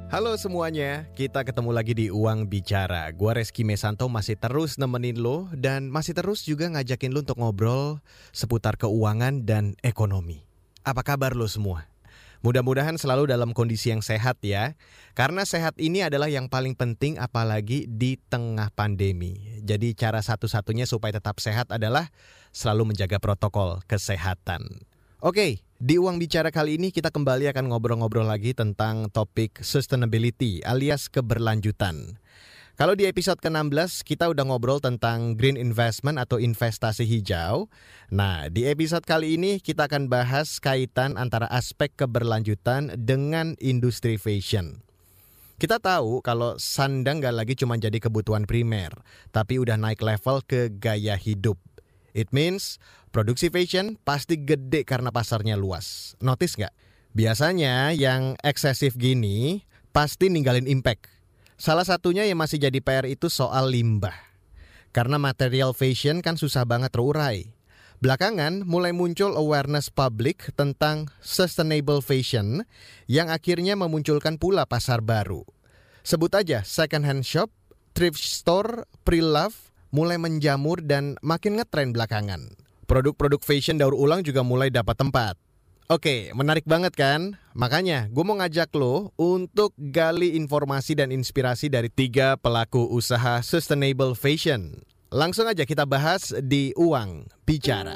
Halo semuanya, kita ketemu lagi di Uang Bicara. Gua Reski Mesanto masih terus nemenin lo dan masih terus juga ngajakin lo untuk ngobrol seputar keuangan dan ekonomi. Apa kabar lo semua? Mudah-mudahan selalu dalam kondisi yang sehat ya. Karena sehat ini adalah yang paling penting apalagi di tengah pandemi. Jadi cara satu-satunya supaya tetap sehat adalah selalu menjaga protokol kesehatan. Oke, di Uang Bicara kali ini kita kembali akan ngobrol-ngobrol lagi tentang topik sustainability alias keberlanjutan. Kalau di episode ke-16 kita udah ngobrol tentang green investment atau investasi hijau. Nah, di episode kali ini kita akan bahas kaitan antara aspek keberlanjutan dengan industri fashion. Kita tahu kalau sandang gak lagi cuma jadi kebutuhan primer, tapi udah naik level ke gaya hidup. It means produksi fashion pasti gede karena pasarnya luas. Notice nggak? Biasanya yang eksesif gini pasti ninggalin impact. Salah satunya yang masih jadi PR itu soal limbah. Karena material fashion kan susah banget terurai. Belakangan mulai muncul awareness publik tentang sustainable fashion yang akhirnya memunculkan pula pasar baru. Sebut aja second hand shop, thrift store, pre-love, mulai menjamur dan makin ngetren belakangan. Produk-produk fashion daur ulang juga mulai dapat tempat. Oke, menarik banget kan? Makanya gue mau ngajak lo untuk gali informasi dan inspirasi dari 3 pelaku usaha sustainable fashion. Langsung aja kita bahas di Uang Bicara.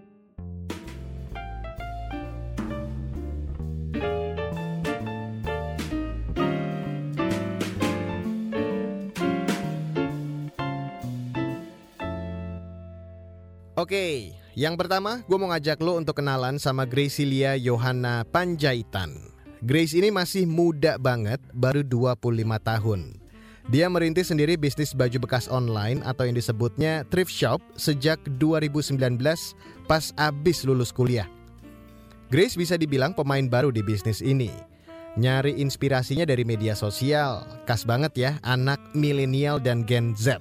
Oke, yang pertama gue mau ngajak lo untuk kenalan sama Gracilia Yohana Panjaitan. Grace ini masih muda banget, baru 25 tahun. Dia merintis sendiri bisnis baju bekas online atau yang disebutnya thrift shop sejak 2019 pas abis lulus kuliah. Grace bisa dibilang pemain baru di bisnis ini. Nyari inspirasinya dari media sosial, khas banget ya anak milenial dan Gen Z.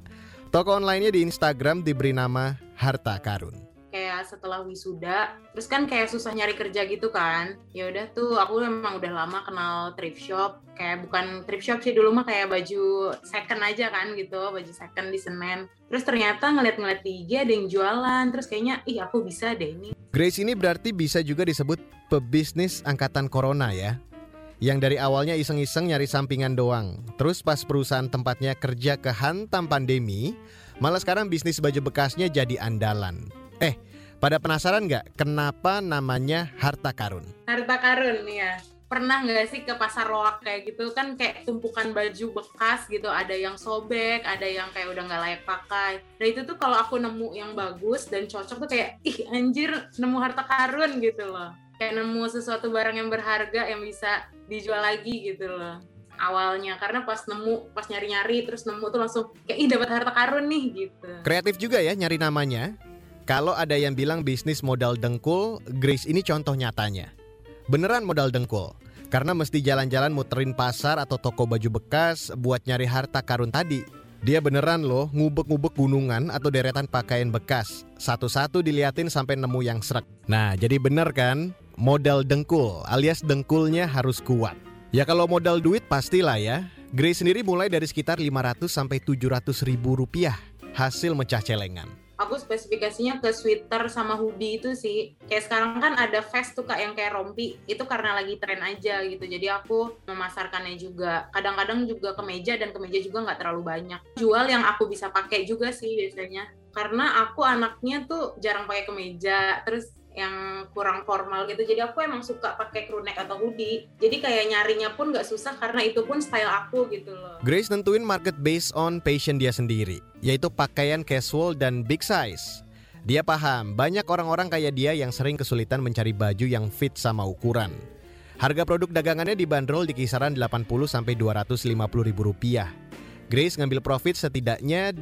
Toko online-nya di Instagram diberi nama Harta Karun. Kayak setelah wisuda, terus kan kayak susah nyari kerja gitu kan. Ya udah tuh, aku memang udah lama kenal thrift shop. Kayak bukan thrift shop sih, dulu mah kayak baju second aja kan gitu, baju second di Senen. Terus ternyata ngeliat-ngeliat di IG ada yang jualan, terus kayaknya, aku bisa deh ini. Grace ini berarti bisa juga disebut pebisnis angkatan corona ya. Yang dari awalnya iseng-iseng nyari sampingan doang. Terus pas perusahaan tempatnya kerja kehantam pandemi, malah sekarang bisnis baju bekasnya jadi andalan. Pada penasaran nggak kenapa namanya Harta Karun? Harta Karun ya. Pernah nggak sih ke pasar loak kayak gitu kan, kayak tumpukan baju bekas gitu, ada yang sobek, ada yang kayak udah nggak layak pakai. Nah itu tuh kalau aku nemu yang bagus dan cocok tuh kayak, anjir nemu harta karun gitu loh. Kayak nemu sesuatu barang yang berharga yang bisa dijual lagi gitu loh. Awalnya karena pas nyari-nyari terus nemu tuh langsung kayak dapat harta karun nih gitu. Kreatif juga ya nyari namanya. Kalau ada yang bilang bisnis modal dengkul, Grace ini contoh nyatanya. Beneran modal dengkul, karena mesti jalan-jalan muterin pasar atau toko baju bekas buat nyari harta karun tadi. Dia beneran loh ngubek-ngubek gunungan atau deretan pakaian bekas. Satu-satu diliatin sampai nemu yang srek. Nah jadi bener kan, modal dengkul alias dengkulnya harus kuat. Ya kalau modal duit pastilah ya. Grace sendiri mulai dari sekitar 500 sampai 700 ribu rupiah hasil mecah celengan. Aku spesifikasinya ke sweater sama hoodie itu sih. Kayak sekarang kan ada vest tuh Kak yang kayak rompi. Itu karena lagi tren aja gitu. Jadi aku memasarkannya juga. Kadang-kadang juga kemeja dan kemeja juga nggak terlalu banyak. Jual yang aku bisa pakai juga sih biasanya. Karena aku anaknya tuh jarang pakai kemeja. Terus yang kurang formal gitu, jadi aku emang suka pakai crew neck atau hoodie, jadi kayak nyarinya pun gak susah karena itu pun style aku gitu loh. Grace nentuin market based on passion dia sendiri, yaitu pakaian casual dan big size. Dia paham banyak orang-orang kayak dia yang sering kesulitan mencari baju yang fit sama ukuran. Harga produk dagangannya dibanderol di kisaran 80 sampai 250 ribu rupiah. Grace ngambil profit setidaknya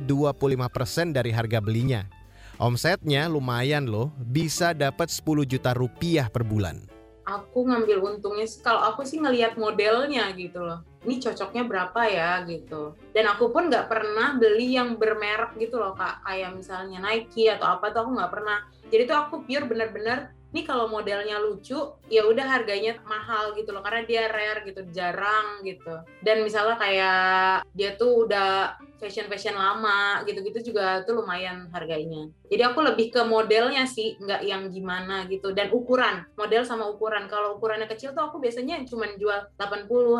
25% dari harga belinya. Omsetnya lumayan loh, bisa dapat 10 juta rupiah per bulan. Aku ngambil untungnya kalau aku sih ngelihat modelnya gitu loh. Ini cocoknya berapa ya gitu. Dan aku pun nggak pernah beli yang bermerek gitu loh Kak. Kayak misalnya Nike atau apa tuh aku nggak pernah. Jadi tuh aku pure bener-bener Ini kalau modelnya lucu, ya udah harganya mahal gitu loh, karena dia rare gitu, jarang gitu. Dan misalnya kayak dia tuh udah fashion lama gitu-gitu juga tuh lumayan harganya. Jadi aku lebih ke modelnya sih, nggak yang gimana gitu. Dan ukuran, model sama ukuran. Kalau ukurannya kecil tuh aku biasanya cuma jual 80,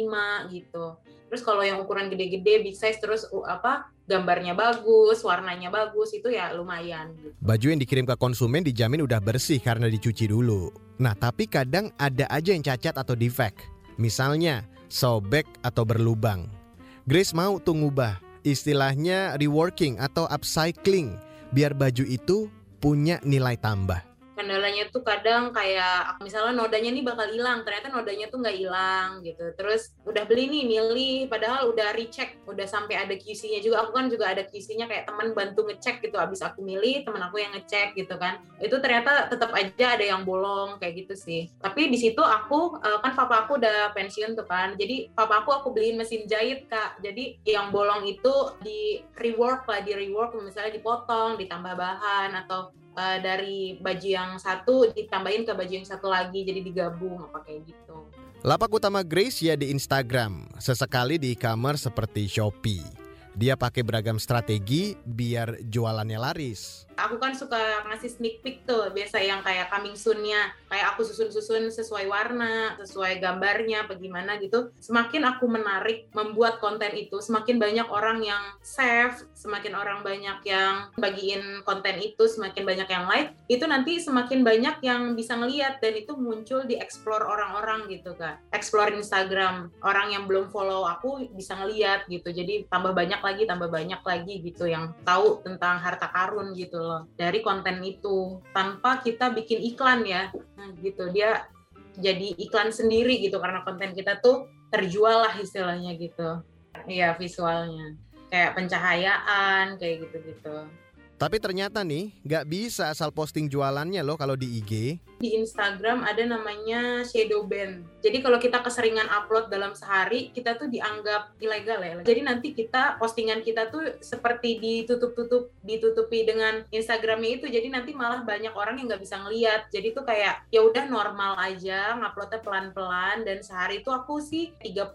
85 gitu. Terus kalau yang ukuran gede-gede, big size, terus gambarnya bagus, warnanya bagus, itu ya lumayan. Baju yang dikirim ke konsumen dijamin udah bersih karena dicuci dulu. Nah, tapi kadang ada aja yang cacat atau defect. Misalnya, sobek atau berlubang. Grace mau tuh ngubah, istilahnya reworking atau upcycling, biar baju itu punya nilai tambah. Kendalanya tuh kadang kayak misalnya nodanya nih bakal hilang, ternyata nodanya tuh nggak hilang gitu. Terus udah beli nih, milih, padahal udah recheck, udah sampai ada QC-nya juga. Aku kan juga ada QC-nya, kayak teman bantu ngecek gitu. Abis aku milih, teman aku yang ngecek gitu kan. Itu ternyata tetap aja ada yang bolong kayak gitu sih. Tapi di situ aku kan papa aku udah pensiun tuh kan. Jadi papa aku beliin mesin jahit, Kak. Jadi yang bolong itu di rework, misalnya dipotong, ditambah bahan, atau dari baju yang satu ditambahin ke baju yang satu lagi, jadi digabung apa kayak gitu. Lapak utama Grace ya di Instagram, sesekali di e-commerce seperti Shopee. Dia pakai beragam strategi biar jualannya laris. Aku kan suka ngasih sneak peek tuh, biasa yang kayak coming soon-nya. Kayak aku susun-susun sesuai warna, sesuai gambarnya, bagaimana gitu. Semakin aku menarik membuat konten itu, semakin banyak orang yang save, semakin orang banyak yang bagiin konten itu, semakin banyak yang like, itu nanti semakin banyak yang bisa ngeliat, dan itu muncul di explore orang-orang gitu, Kak. Explore Instagram, orang yang belum follow aku bisa ngeliat gitu. Jadi tambah banyak lagi gitu yang tahu tentang harta karun gitu loh, dari konten itu tanpa kita bikin iklan ya. Nah gitu, dia jadi iklan sendiri gitu karena konten kita tuh terjual lah istilahnya gitu. Iya, visualnya kayak pencahayaan kayak gitu-gitu. Tapi ternyata nih gak bisa asal posting jualannya loh kalau di IG. Di Instagram ada namanya shadow ban. Jadi kalau kita keseringan upload dalam sehari, kita tuh dianggap ilegal ya. Jadi nanti postingan kita tuh seperti ditutupi dengan Instagramnya itu. Jadi nanti malah banyak orang yang nggak bisa ngeliat. Jadi tuh kayak ya udah normal aja, nguploadnya pelan-pelan, dan sehari itu aku sih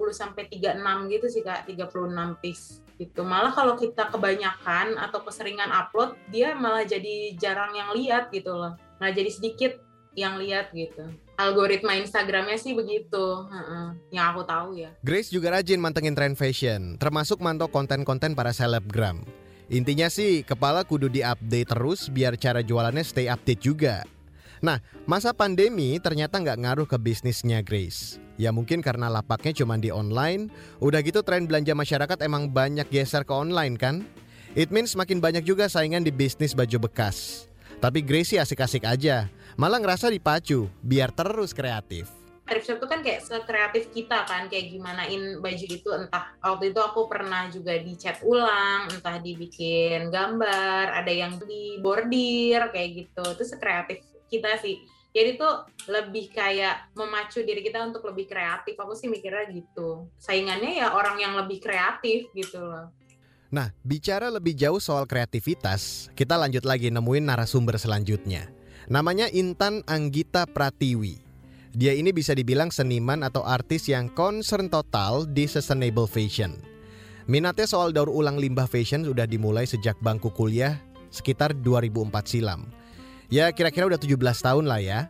30-36 gitu sih, Kak, 36 piece gitu. Malah kalau kita kebanyakan atau keseringan upload, dia malah jadi jarang yang lihat gitu loh. Nah, jadi sedikit yang lihat gitu. Algoritma Instagramnya sih begitu, yang aku tahu ya. Grace juga rajin mantengin tren fashion, termasuk mantau konten-konten para selebgram. Intinya sih, kepala kudu di-update terus biar cara jualannya stay update juga. Nah, masa pandemi ternyata nggak ngaruh ke bisnisnya Grace. Ya mungkin karena lapaknya cuma di online, udah gitu tren belanja masyarakat emang banyak geser ke online kan? It means makin banyak juga saingan di bisnis baju bekas. Tapi Grace sih asik-asik aja, malah ngerasa dipacu biar terus kreatif. Thrift shop itu kan kayak sekreatif kita kan, kayak gimanain baju itu, entah waktu itu aku pernah juga dicat ulang, entah dibikin gambar, ada yang dibordir kayak gitu. Itu sekreatif kita sih. Jadi tuh lebih kayak memacu diri kita untuk lebih kreatif. Aku sih mikirnya gitu. Saingannya ya orang yang lebih kreatif gitu loh. Nah, bicara lebih jauh soal kreativitas, kita lanjut lagi nemuin narasumber selanjutnya. Namanya Intan Anggita Pratiwi. Dia ini bisa dibilang seniman atau artis yang concern total di sustainable fashion. Minatnya soal daur ulang limbah fashion sudah dimulai sejak bangku kuliah sekitar 2004 silam. Ya kira-kira udah 17 tahun lah ya.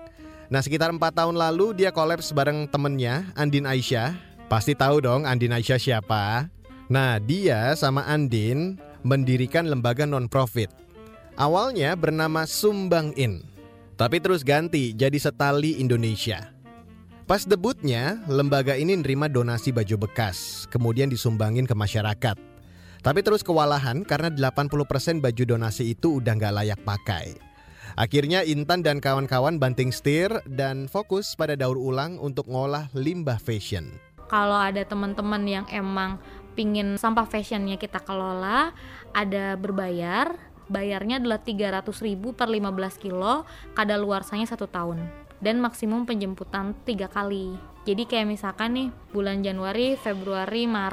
Nah sekitar 4 tahun lalu dia kolaps bareng temennya Andin Aisyah. Pasti tahu dong Andin Aisyah siapa? Nah dia sama Andin mendirikan lembaga non-profit. Awalnya bernama Sumbangin, tapi terus ganti jadi Setali Indonesia. Pas debutnya, lembaga ini nerima donasi baju bekas, kemudian disumbangin ke masyarakat. Tapi terus kewalahan karena 80% baju donasi itu udah gak layak pakai. Akhirnya Intan dan kawan-kawan banting setir dan fokus pada daur ulang untuk ngolah limbah fashion. Kalau ada teman-teman yang emang pingin sampah fashionnya kita kelola, ada berbayar. Bayarnya adalah 300.000 per 15 kilo, kadaluarsanya 1 tahun. Dan maksimum penjemputan 3 kali. Jadi kayak misalkan nih bulan Januari, Februari, Maret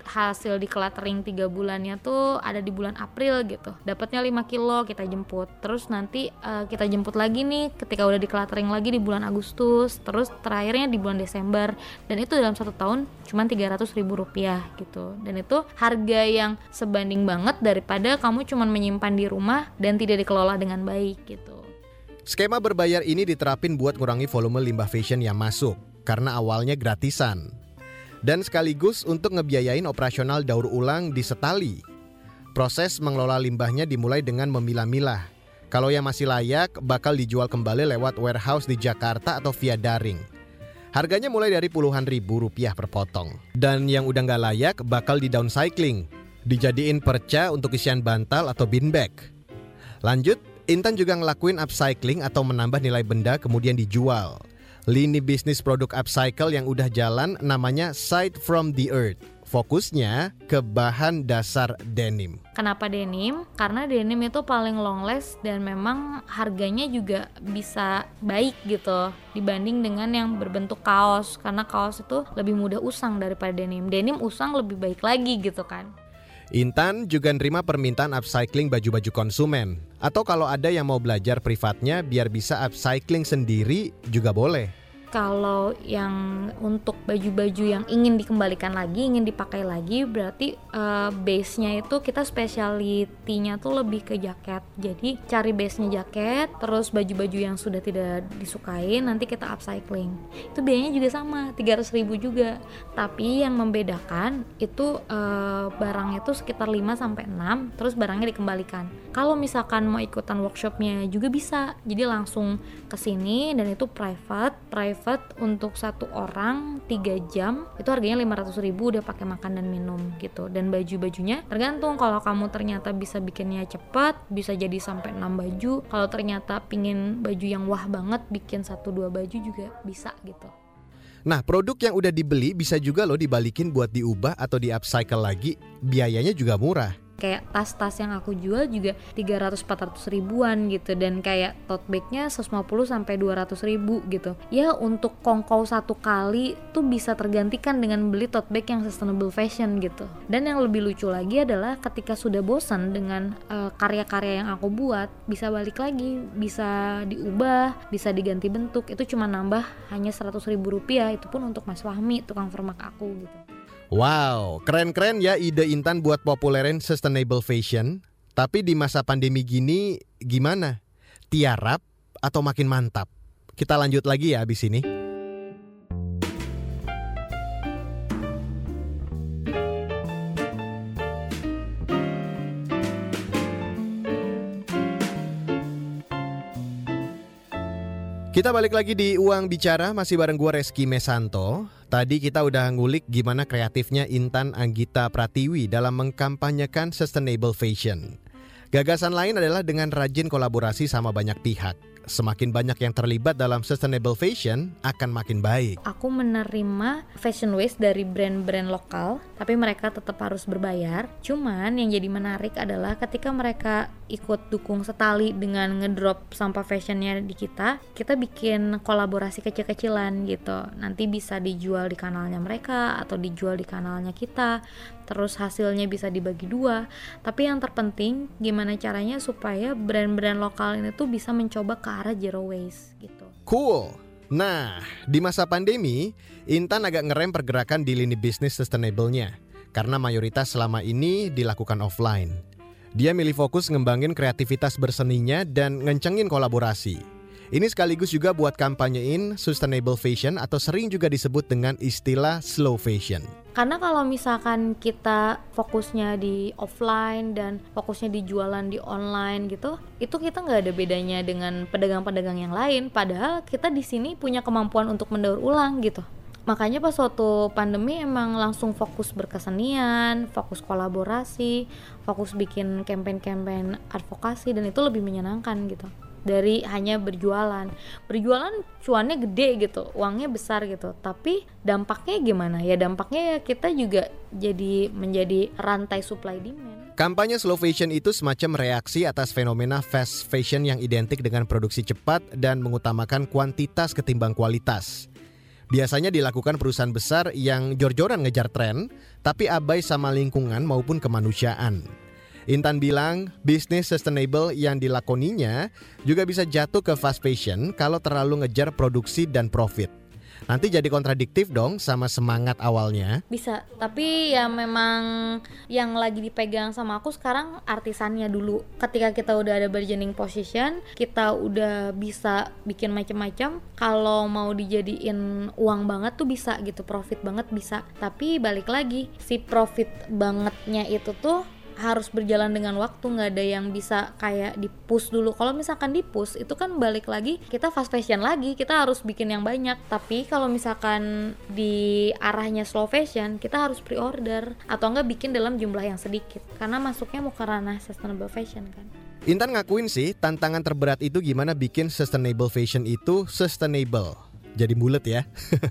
hasil di cluttering 3 bulannya tuh ada di bulan April gitu. Dapatnya 5 kilo kita jemput. Terus nanti kita jemput lagi nih ketika udah di cluttering lagi di bulan Agustus. Terus terakhirnya di bulan Desember. Dan itu dalam 1 tahun cuma Rp300.000 gitu. Dan itu harga yang sebanding banget daripada kamu cuma menyimpan di rumah dan tidak dikelola dengan baik gitu. Skema berbayar ini diterapin buat ngurangi volume limbah fashion yang masuk karena awalnya gratisan. Dan sekaligus untuk ngebiayain operasional daur ulang di Setali. Proses mengelola limbahnya dimulai dengan memilah-milah. Kalau yang masih layak bakal dijual kembali lewat warehouse di Jakarta atau via daring. Harganya mulai dari puluhan ribu rupiah per potong. Dan yang udah nggak layak bakal di downcycling, dijadiin perca untuk isian bantal atau bin bag. Lanjut, Intan juga ngelakuin upcycling atau menambah nilai benda kemudian dijual. Lini bisnis produk upcycle yang udah jalan namanya Side from the Earth. Fokusnya ke bahan dasar denim. Kenapa denim? Karena denim itu paling long last dan memang harganya juga bisa baik gitu dibanding dengan yang berbentuk kaos. Karena kaos itu lebih mudah usang daripada denim. Denim usang lebih baik lagi gitu kan. Intan juga nerima permintaan upcycling baju-baju konsumen. Atau kalau ada yang mau belajar privatnya biar bisa upcycling sendiri juga boleh. Kalau yang untuk baju-baju yang ingin dikembalikan lagi, ingin dipakai lagi, berarti base-nya itu kita speciality-nya tuh lebih ke jaket. Jadi cari base-nya jaket, terus baju-baju yang sudah tidak disukai nanti kita upcycling. Itu biayanya juga sama, 300.000 juga. Tapi yang membedakan itu barangnya itu sekitar 5-6, terus barangnya dikembalikan. Kalau misalkan mau ikutan workshopnya juga bisa. Jadi langsung ke sini dan itu private untuk 1 orang 3 jam itu harganya 500.000 udah pakai makan dan minum gitu. Dan baju-bajunya tergantung, kalau kamu ternyata bisa bikinnya cepat bisa jadi sampai 6 baju. Kalau ternyata pingin baju yang wah banget bikin 1-2 baju juga bisa gitu. Nah, produk yang udah dibeli bisa juga loh dibalikin buat diubah atau di upcycle lagi. Biayanya juga murah. Kayak tas-tas yang aku jual juga 300-400 ribuan gitu. Dan kayak tote bagnya 150-200 ribu gitu. Ya untuk kongkow 1 kali tuh bisa tergantikan dengan beli tote bag yang sustainable fashion gitu. Dan yang lebih lucu lagi adalah ketika sudah bosan dengan karya-karya yang aku buat, bisa balik lagi, bisa diubah, bisa diganti bentuk. Itu cuma nambah hanya 100.000 rupiah. Itu pun untuk Mas Fahmi, tukang formak aku gitu. Wow, keren-keren ya ide Intan buat populerin sustainable fashion. Tapi di masa pandemi gini gimana? Tiarap atau makin mantap? Kita lanjut lagi ya abis ini. Kita balik lagi di Uang Bicara, masih bareng gue Reski Mesanto. Tadi kita udah ngulik gimana kreatifnya Intan Anggita Pratiwi dalam mengkampanyekan sustainable fashion. Gagasan lain adalah dengan rajin kolaborasi sama banyak pihak. Semakin banyak yang terlibat dalam sustainable fashion akan makin baik. Aku menerima fashion waste dari brand-brand lokal, tapi mereka tetap harus berbayar. Cuman yang jadi menarik adalah ketika mereka ikut dukung Setali dengan ngedrop sampah fashionnya di kita bikin kolaborasi kecil-kecilan gitu. Nanti bisa dijual di kanalnya mereka atau dijual di kanalnya kita. Terus hasilnya bisa dibagi 2. Tapi yang terpenting gimana caranya supaya brand-brand lokal ini tuh bisa mencoba ke arah zero waste gitu. Cool. Nah, di masa pandemi, Intan agak ngerem pergerakan di lini bisnis sustainable-nya karena mayoritas selama ini dilakukan offline. Dia milih fokus ngembangin kreativitas berseninya dan ngencengin kolaborasi. Ini sekaligus juga buat kampanyein sustainable fashion atau sering juga disebut dengan istilah slow fashion. Karena kalau misalkan kita fokusnya di offline dan fokusnya di jualan di online gitu, itu kita nggak ada bedanya dengan pedagang-pedagang yang lain. Padahal kita di sini punya kemampuan untuk mendaur ulang gitu. Makanya pas waktu pandemi emang langsung fokus berkesenian, fokus kolaborasi, fokus bikin campaign-campaign advokasi, dan itu lebih menyenangkan gitu. Dari hanya berjualan cuannya gede gitu, uangnya besar gitu, tapi dampaknya gimana? Ya dampaknya kita juga menjadi rantai supply demand. Kampanye slow fashion itu semacam reaksi atas fenomena fast fashion yang identik dengan produksi cepat dan mengutamakan kuantitas ketimbang kualitas. Biasanya dilakukan perusahaan besar yang jor-joran ngejar tren, tapi abai sama lingkungan maupun kemanusiaan. Intan bilang bisnis sustainable yang dilakoninya juga bisa jatuh ke fast fashion kalau terlalu ngejar produksi dan profit. Nanti jadi kontradiktif dong sama semangat awalnya. Bisa, tapi ya memang yang lagi dipegang sama aku sekarang artisannya dulu. Ketika kita udah ada bargaining position, kita udah bisa bikin macam-macam. Kalau mau dijadiin uang banget tuh bisa gitu, profit banget bisa. Tapi balik lagi, si profit bangetnya itu tuh harus berjalan dengan waktu, nggak ada yang bisa kayak di-push dulu. Kalau misalkan di-push itu kan balik lagi kita fast fashion lagi, kita harus bikin yang banyak. Tapi kalau misalkan di arahnya slow fashion, kita harus pre-order atau enggak bikin dalam jumlah yang sedikit, karena masuknya mau ke ranah sustainable fashion kan. Intan ngakuin sih tantangan terberat itu gimana bikin sustainable fashion itu sustainable. Jadi bulet ya.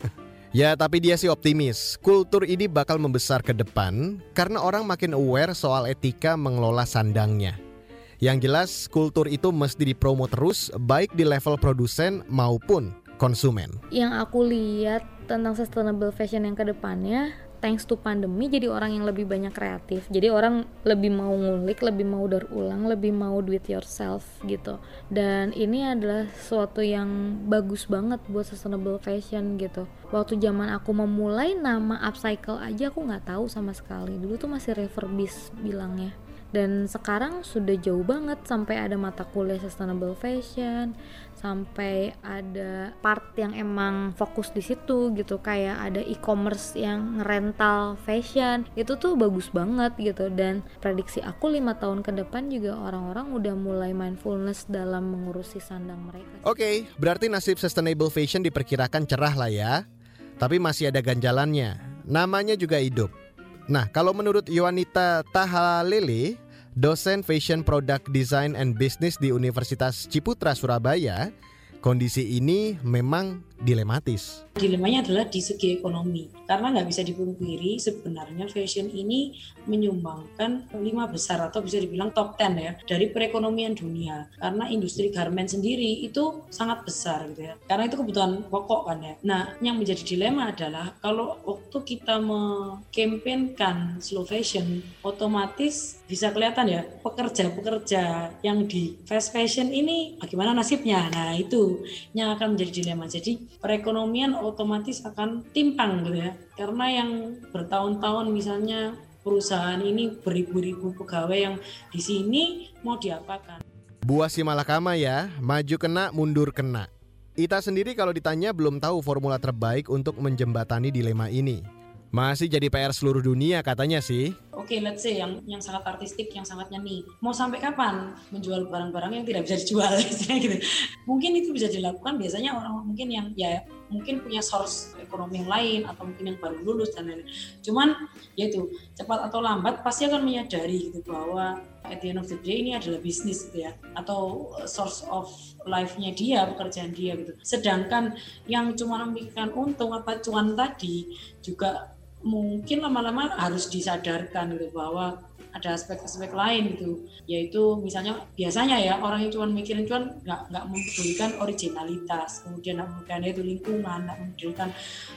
Ya, tapi dia sih optimis. Kultur ini bakal membesar ke depan karena orang makin aware soal etika mengelola sandangnya. Yang jelas, kultur itu mesti dipromo terus baik di level produsen maupun konsumen. Yang aku lihat tentang sustainable fashion yang ke depannya, thanks to pandemi, jadi orang yang lebih banyak kreatif. Jadi orang lebih mau ngulik, lebih mau daur ulang, lebih mau do it yourself gitu. Dan ini adalah sesuatu yang bagus banget buat sustainable fashion gitu. Waktu zaman aku memulai, nama upcycle aja aku nggak tahu sama sekali. Dulu tuh masih refurbish bilangnya. Dan sekarang sudah jauh banget, sampai ada mata kuliah sustainable fashion, sampai ada part yang emang fokus di situ gitu, kayak ada e-commerce yang rental fashion. Itu tuh bagus banget gitu, dan prediksi aku 5 tahun ke depan juga orang-orang udah mulai mindfulness dalam mengurusi sandang mereka. Oke, berarti nasib sustainable fashion diperkirakan cerah lah ya. Tapi masih ada ganjalannya, namanya juga hidup. Nah, kalau menurut Yohanita Tahalele, dosen Fashion Product Design and Business di Universitas Ciputra Surabaya, kondisi ini memang dilematis. Dilemanya adalah di segi ekonomi, karena nggak bisa dipungkiri sebenarnya fashion ini menyumbangkan 5 besar atau bisa dibilang top 10 ya dari perekonomian dunia, karena industri garment sendiri itu sangat besar gitu ya, karena itu kebutuhan pokok kan ya. Nah, yang menjadi dilema adalah kalau waktu kita mengkampanyekan slow fashion, otomatis bisa kelihatan ya pekerja-pekerja yang di fast fashion ini bagaimana nasibnya. Nah, itu yang akan menjadi dilema. Jadi perekonomian otomatis akan timpang gitu ya, karena yang bertahun-tahun misalnya perusahaan ini beribu-ribu pegawai yang di sini mau diapakan. Buah si malakama ya, maju kena mundur kena. Ita sendiri kalau ditanya belum tahu formula terbaik untuk menjembatani dilema ini. Masih jadi PR seluruh dunia katanya sih. Oke, let's say yang sangat artistik, yang sangat nyeni. Mau sampai kapan menjual barang-barang yang tidak bisa dijual gitu. Mungkin itu bisa dilakukan biasanya orang mungkin yang ya mungkin punya source ekonomi yang lain atau mungkin yang baru lulus dan lain-lain. Cuman ya itu cepat atau lambat pasti akan menyadari gitu bahwa at the end of the day ini adalah bisnis gitu ya, atau source of life-nya dia, pekerjaan dia gitu. Sedangkan yang cuma memikirkan untung apa cuan tadi juga mungkin lama-lama harus disadarkan gitu bahwa ada aspek-aspek lain gitu, yaitu misalnya biasanya ya orang yang cuma mikirin cuan nggak mempedulikan originalitas, kemudian nggak mempedulikan itu lingkungan, nggak mempedulikan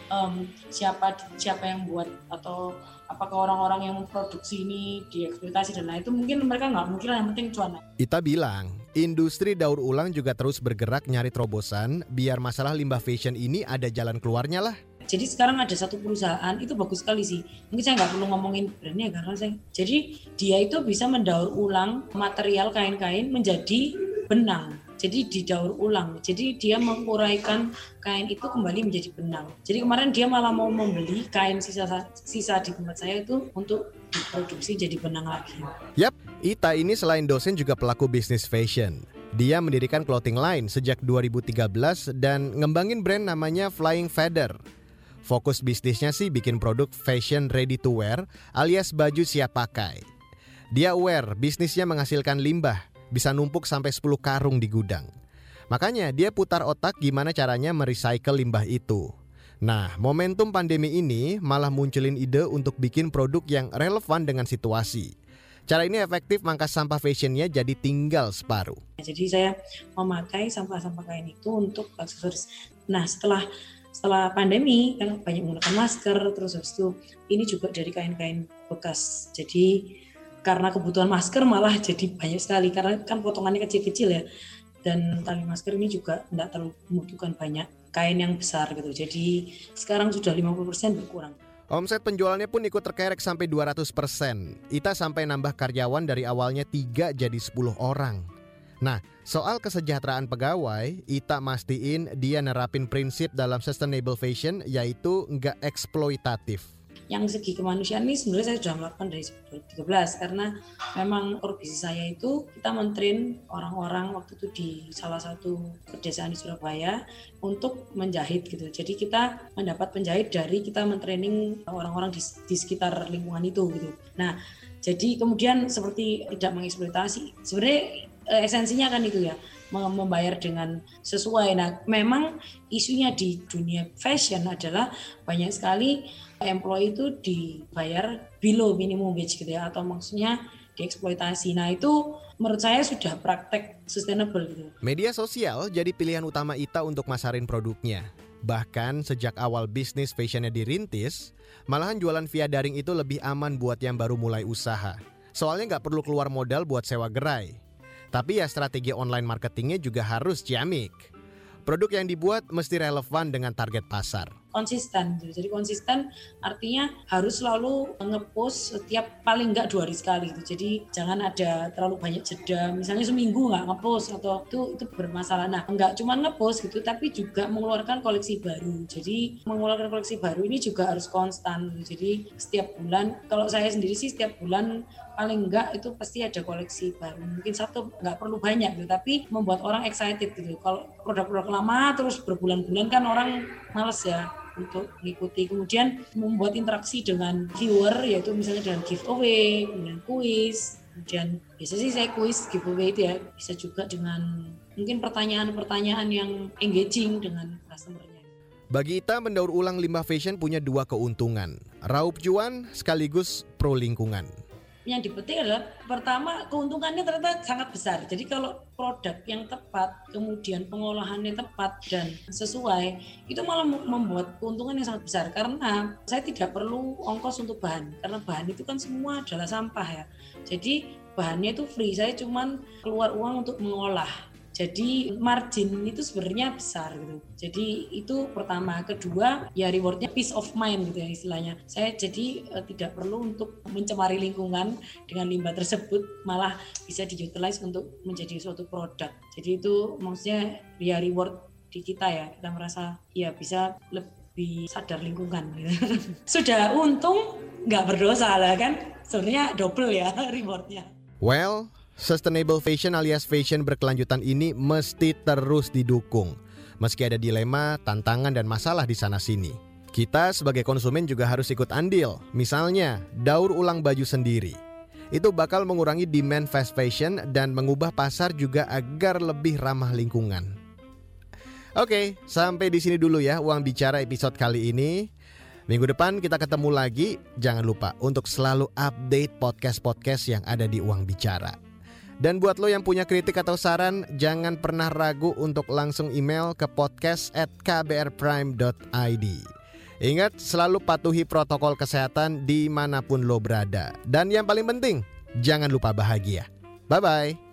siapa yang buat atau apakah orang-orang yang memproduksi ini dieksploitasi dan lain itu mungkin mereka nggak mikir, yang penting cuan. Ita bilang industri daur ulang juga terus bergerak nyari terobosan biar masalah limbah fashion ini ada jalan keluarnya lah. Jadi sekarang ada satu perusahaan itu bagus sekali sih. Mungkin saya nggak perlu ngomongin brandnya karena jadi dia itu bisa mendaur ulang material kain-kain menjadi benang. Jadi didaur ulang. Jadi dia menguraikan kain itu kembali menjadi benang. Jadi kemarin dia malah mau membeli kain sisa di tempat saya itu untuk diproduksi jadi benang lagi. Yap, Ita ini selain dosen juga pelaku bisnis fashion. Dia mendirikan clothing line sejak 2013 dan ngembangin brand namanya Flying Feather. Fokus bisnisnya sih bikin produk fashion ready to wear alias baju siap pakai. Dia aware bisnisnya menghasilkan limbah, bisa numpuk sampai 10 karung di gudang. Makanya dia putar otak gimana caranya merecycle limbah itu. Nah, momentum pandemi ini malah munculin ide untuk bikin produk yang relevan dengan situasi. Cara ini efektif mangkas sampah fashionnya jadi tinggal separuh. Jadi saya memakai sampah-sampah kain itu untuk aksesoris. Nah, setelah setelah pandemi kan banyak menggunakan masker, terus habis itu ini juga dari kain-kain bekas. Jadi karena kebutuhan masker malah jadi banyak sekali karena kan potongannya kecil-kecil ya. Dan tali masker ini juga tidak terlalu membutuhkan banyak kain yang besar gitu. Jadi sekarang sudah 50% berkurang. Omset penjualannya pun ikut terkerek sampai 200%. Ita sampai nambah karyawan dari awalnya 3 jadi 10 orang. Nah, soal kesejahteraan pegawai, Ita mastiin dia nerapin prinsip dalam sustainable fashion yaitu nggak eksploitatif. Yang segi kemanusiaan ini sebenarnya saya sudah melakukan dari 2013 karena memang core bisnis saya itu kita mentrain orang-orang waktu itu di salah satu pedesaan di Surabaya untuk menjahit gitu. Jadi kita mendapat penjahit dari kita mentraining orang-orang di sekitar lingkungan itu gitu. Nah, jadi kemudian seperti tidak mengeksploitasi. Sebenarnya esensinya kan itu ya, membayar dengan sesuai. Nah, memang isunya di dunia fashion adalah banyak sekali employee itu dibayar below minimum wage gitu ya, atau maksudnya dieksploitasi. Nah, itu menurut saya sudah praktek sustainable gitu. Media sosial jadi pilihan utama Ita untuk masarin produknya. Bahkan sejak awal bisnis fashionnya dirintis, malahan jualan via daring itu lebih aman buat yang baru mulai usaha. Soalnya nggak perlu keluar modal buat sewa gerai. Tapi ya strategi online marketingnya juga harus ciamik. Produk yang dibuat mesti relevan dengan target pasar. Konsisten, jadi konsisten artinya harus selalu ngepost setiap paling enggak 2 hari sekali gitu. Jadi jangan ada terlalu banyak jeda, misalnya seminggu nggak ngepost atau itu bermasalah. Nah, enggak cuma ngepost gitu, tapi juga mengeluarkan koleksi baru. Jadi mengeluarkan koleksi baru ini juga harus konstan. Jadi setiap bulan, kalau saya sendiri sih setiap bulan paling enggak itu pasti ada koleksi baru. Mungkin satu nggak perlu banyak gitu, tapi membuat orang excited gitu. Kalau produk-produk lama terus berbulan-bulan kan orang males ya untuk mengikuti. Kemudian membuat interaksi dengan viewer, yaitu misalnya dengan giveaway, dengan kuis. Kemudian biasa sih saya kuis giveaway itu ya, bisa juga dengan mungkin pertanyaan-pertanyaan yang engaging dengan customer-nya. Bagi Ita, mendaur ulang limbah fashion punya 2 keuntungan. Raup cuan sekaligus pro lingkungan. Yang dipetik adalah pertama keuntungannya ternyata sangat besar. Jadi kalau produk yang tepat, kemudian pengolahannya tepat dan sesuai, itu malah membuat keuntungan yang sangat besar karena saya tidak perlu ongkos untuk bahan, karena bahan itu kan semua adalah sampah ya. Jadi bahannya itu free, saya cuman keluar uang untuk mengolah. Jadi margin itu sebenarnya besar gitu. Jadi itu pertama. Kedua ya rewardnya peace of mind gitu ya istilahnya. Saya jadi tidak perlu untuk mencemari lingkungan dengan limbah tersebut, malah bisa diutilize untuk menjadi suatu produk. Jadi itu maksudnya ya reward di kita ya. Kita merasa ya bisa lebih sadar lingkungan gitu. Sudah untung nggak berdosa lah kan. Sebenarnya double ya rewardnya. Well, sustainable fashion alias fashion berkelanjutan ini mesti terus didukung. Meski ada dilema, tantangan, dan masalah di sana-sini. Kita sebagai konsumen juga harus ikut andil. Misalnya, daur ulang baju sendiri. Itu bakal mengurangi demand fast fashion dan mengubah pasar juga agar lebih ramah lingkungan. Oke, sampai di sini dulu ya Uang Bicara episode kali ini. Minggu depan kita ketemu lagi. Jangan lupa untuk selalu update podcast-podcast yang ada di Uang Bicara. Dan buat lo yang punya kritik atau saran, jangan pernah ragu untuk langsung email ke podcast@kbrprime.id. Ingat, selalu patuhi protokol kesehatan dimanapun lo berada. Dan yang paling penting, jangan lupa bahagia. Bye-bye.